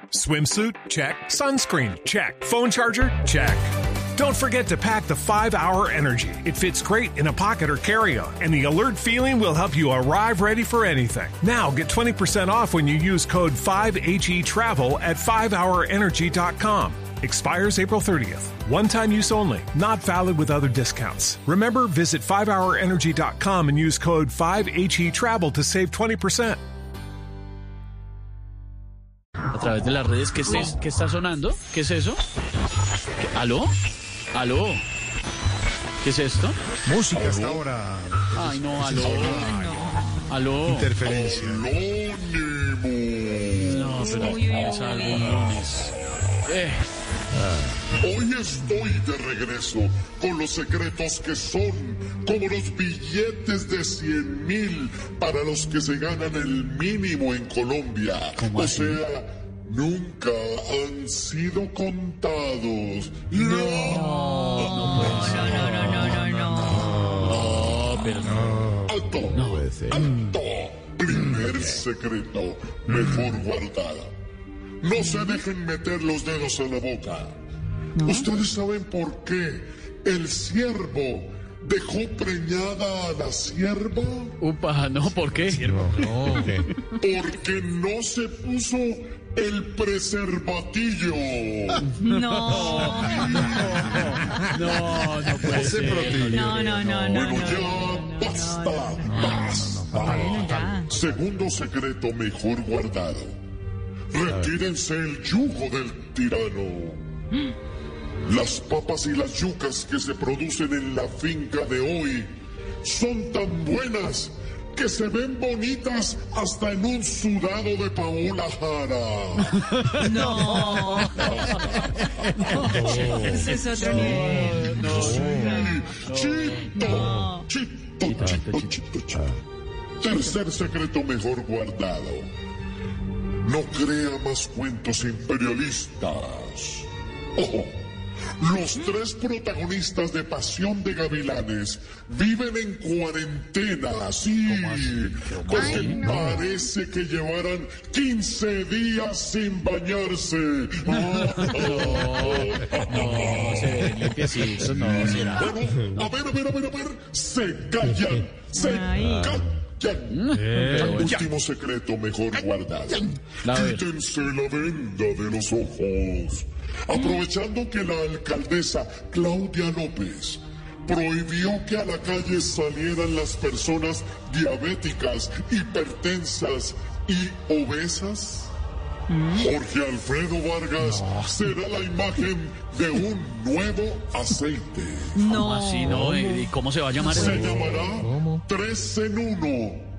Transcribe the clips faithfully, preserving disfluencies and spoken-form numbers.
Swimsuit? Check. Sunscreen? Check. Phone charger? Check. Don't forget to pack the five hour Energy. It fits great in a pocket or carry-on, and the alert feeling will help you arrive ready for anything. Now get twenty percent off when you use code five H E travel at five hour energy dot com. Expires April thirtieth. One-time use only. Not valid with other discounts. Remember, visit five hour energy dot com and use code five H E travel to save twenty percent. A través de las redes, ¿qué, es, ¿qué está sonando? ¿Qué es eso? ¿Qué? ¿Aló? ¿Aló? ¿Qué es esto? Música hasta ahora. Ay, no, aló. Aló. Interferencia. No, pero es algo lunes. Eh. Hoy estoy de regreso con los secretos que son como los billetes de cien mil para los que se ganan el mínimo en Colombia. O así? sea, nunca han sido contados. No, no, no, no, no, no, no, no. No, pero no. ¡Alto! No. ¡Alto! Primer secreto, mejor guardado. No se dejen meter los dedos en la boca. ¿No? ¿Ustedes saben por qué el ciervo dejó preñada a la cierva? Upa, no, ¿por qué? No, okay. Porque no se puso el preservatillo. No. No, no puede Se ser. protege. No, no, no, no. Bueno, ya no, basta, no, no, basta. Bueno, ya. Segundo secreto mejor guardado. Retírense el yugo del tirano. Las papas y las yucas que se producen en la finca de hoy son tan buenas que se ven bonitas hasta en un sudado de Paola Jara. No. Ese es otro nivel. Sí, chito, chito, chito, chito, chito. Tercer secreto mejor guardado. No crea más cuentos imperialistas. Ojo, los tres protagonistas de Pasión de Gavilanes viven en cuarentena, sí, porque Ay, no. parece que llevaran quince días sin bañarse. No, se limpiecitos, no, será. Bueno, a ver, a ver, a ver, a ver, se callan, se Ay. callan. Eh, Último secreto mejor guardado. A ver. Quítense la venda de los ojos. Aprovechando que la alcaldesa Claudia López prohibió que a la calle salieran las personas diabéticas, hipertensas y obesas, Jorge Alfredo Vargas será la imagen de un nuevo aceite. ¿Cómo así, no? ¿Y cómo se va a llamar Se eso? llamará Tres en Uno.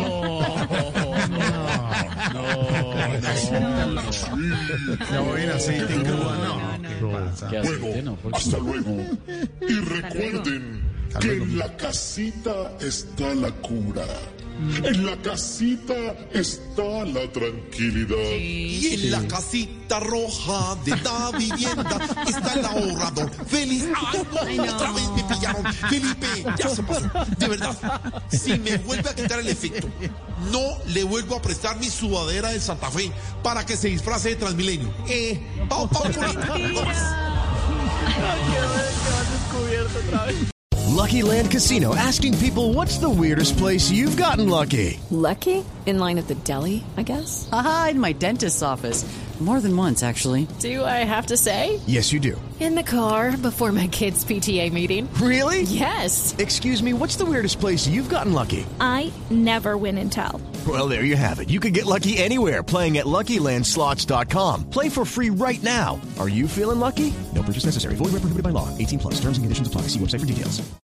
Ya voy en aceite en Cuba, no. ¿Qué pasa? ¿Qué aceite? Bueno, No, porque- hasta luego. Y recuerden que en la casita está la cura. En la casita está la tranquilidad. Y en la casita roja de la vivienda está el ahorrador. Feliz. ¡Ay, no! Ay, no. Otra vez me pillaron. Felipe, ya se pasó. De verdad. Si me vuelve a quitar el efecto, no le vuelvo a prestar mi sudadera de Santa Fe para que se disfrace de Transmilenio. Eh, pau, pau, Corita. No más. Lucky Land Casino, asking people, what's the weirdest place you've gotten lucky? Lucky? In line at the deli, I guess? Aha, in my dentist's office. More than once, actually. Do I have to say? Yes, you do. In the car before my kids' P T A meeting. Really? Yes. Excuse me, what's the weirdest place you've gotten lucky? I never win and tell. Well, there you have it. You can get lucky anywhere, playing at Lucky Land Slots dot com. Play for free right now. Are you feeling lucky? No purchase necessary. Void where prohibited by law. eighteen plus. Terms and conditions apply. See website for details.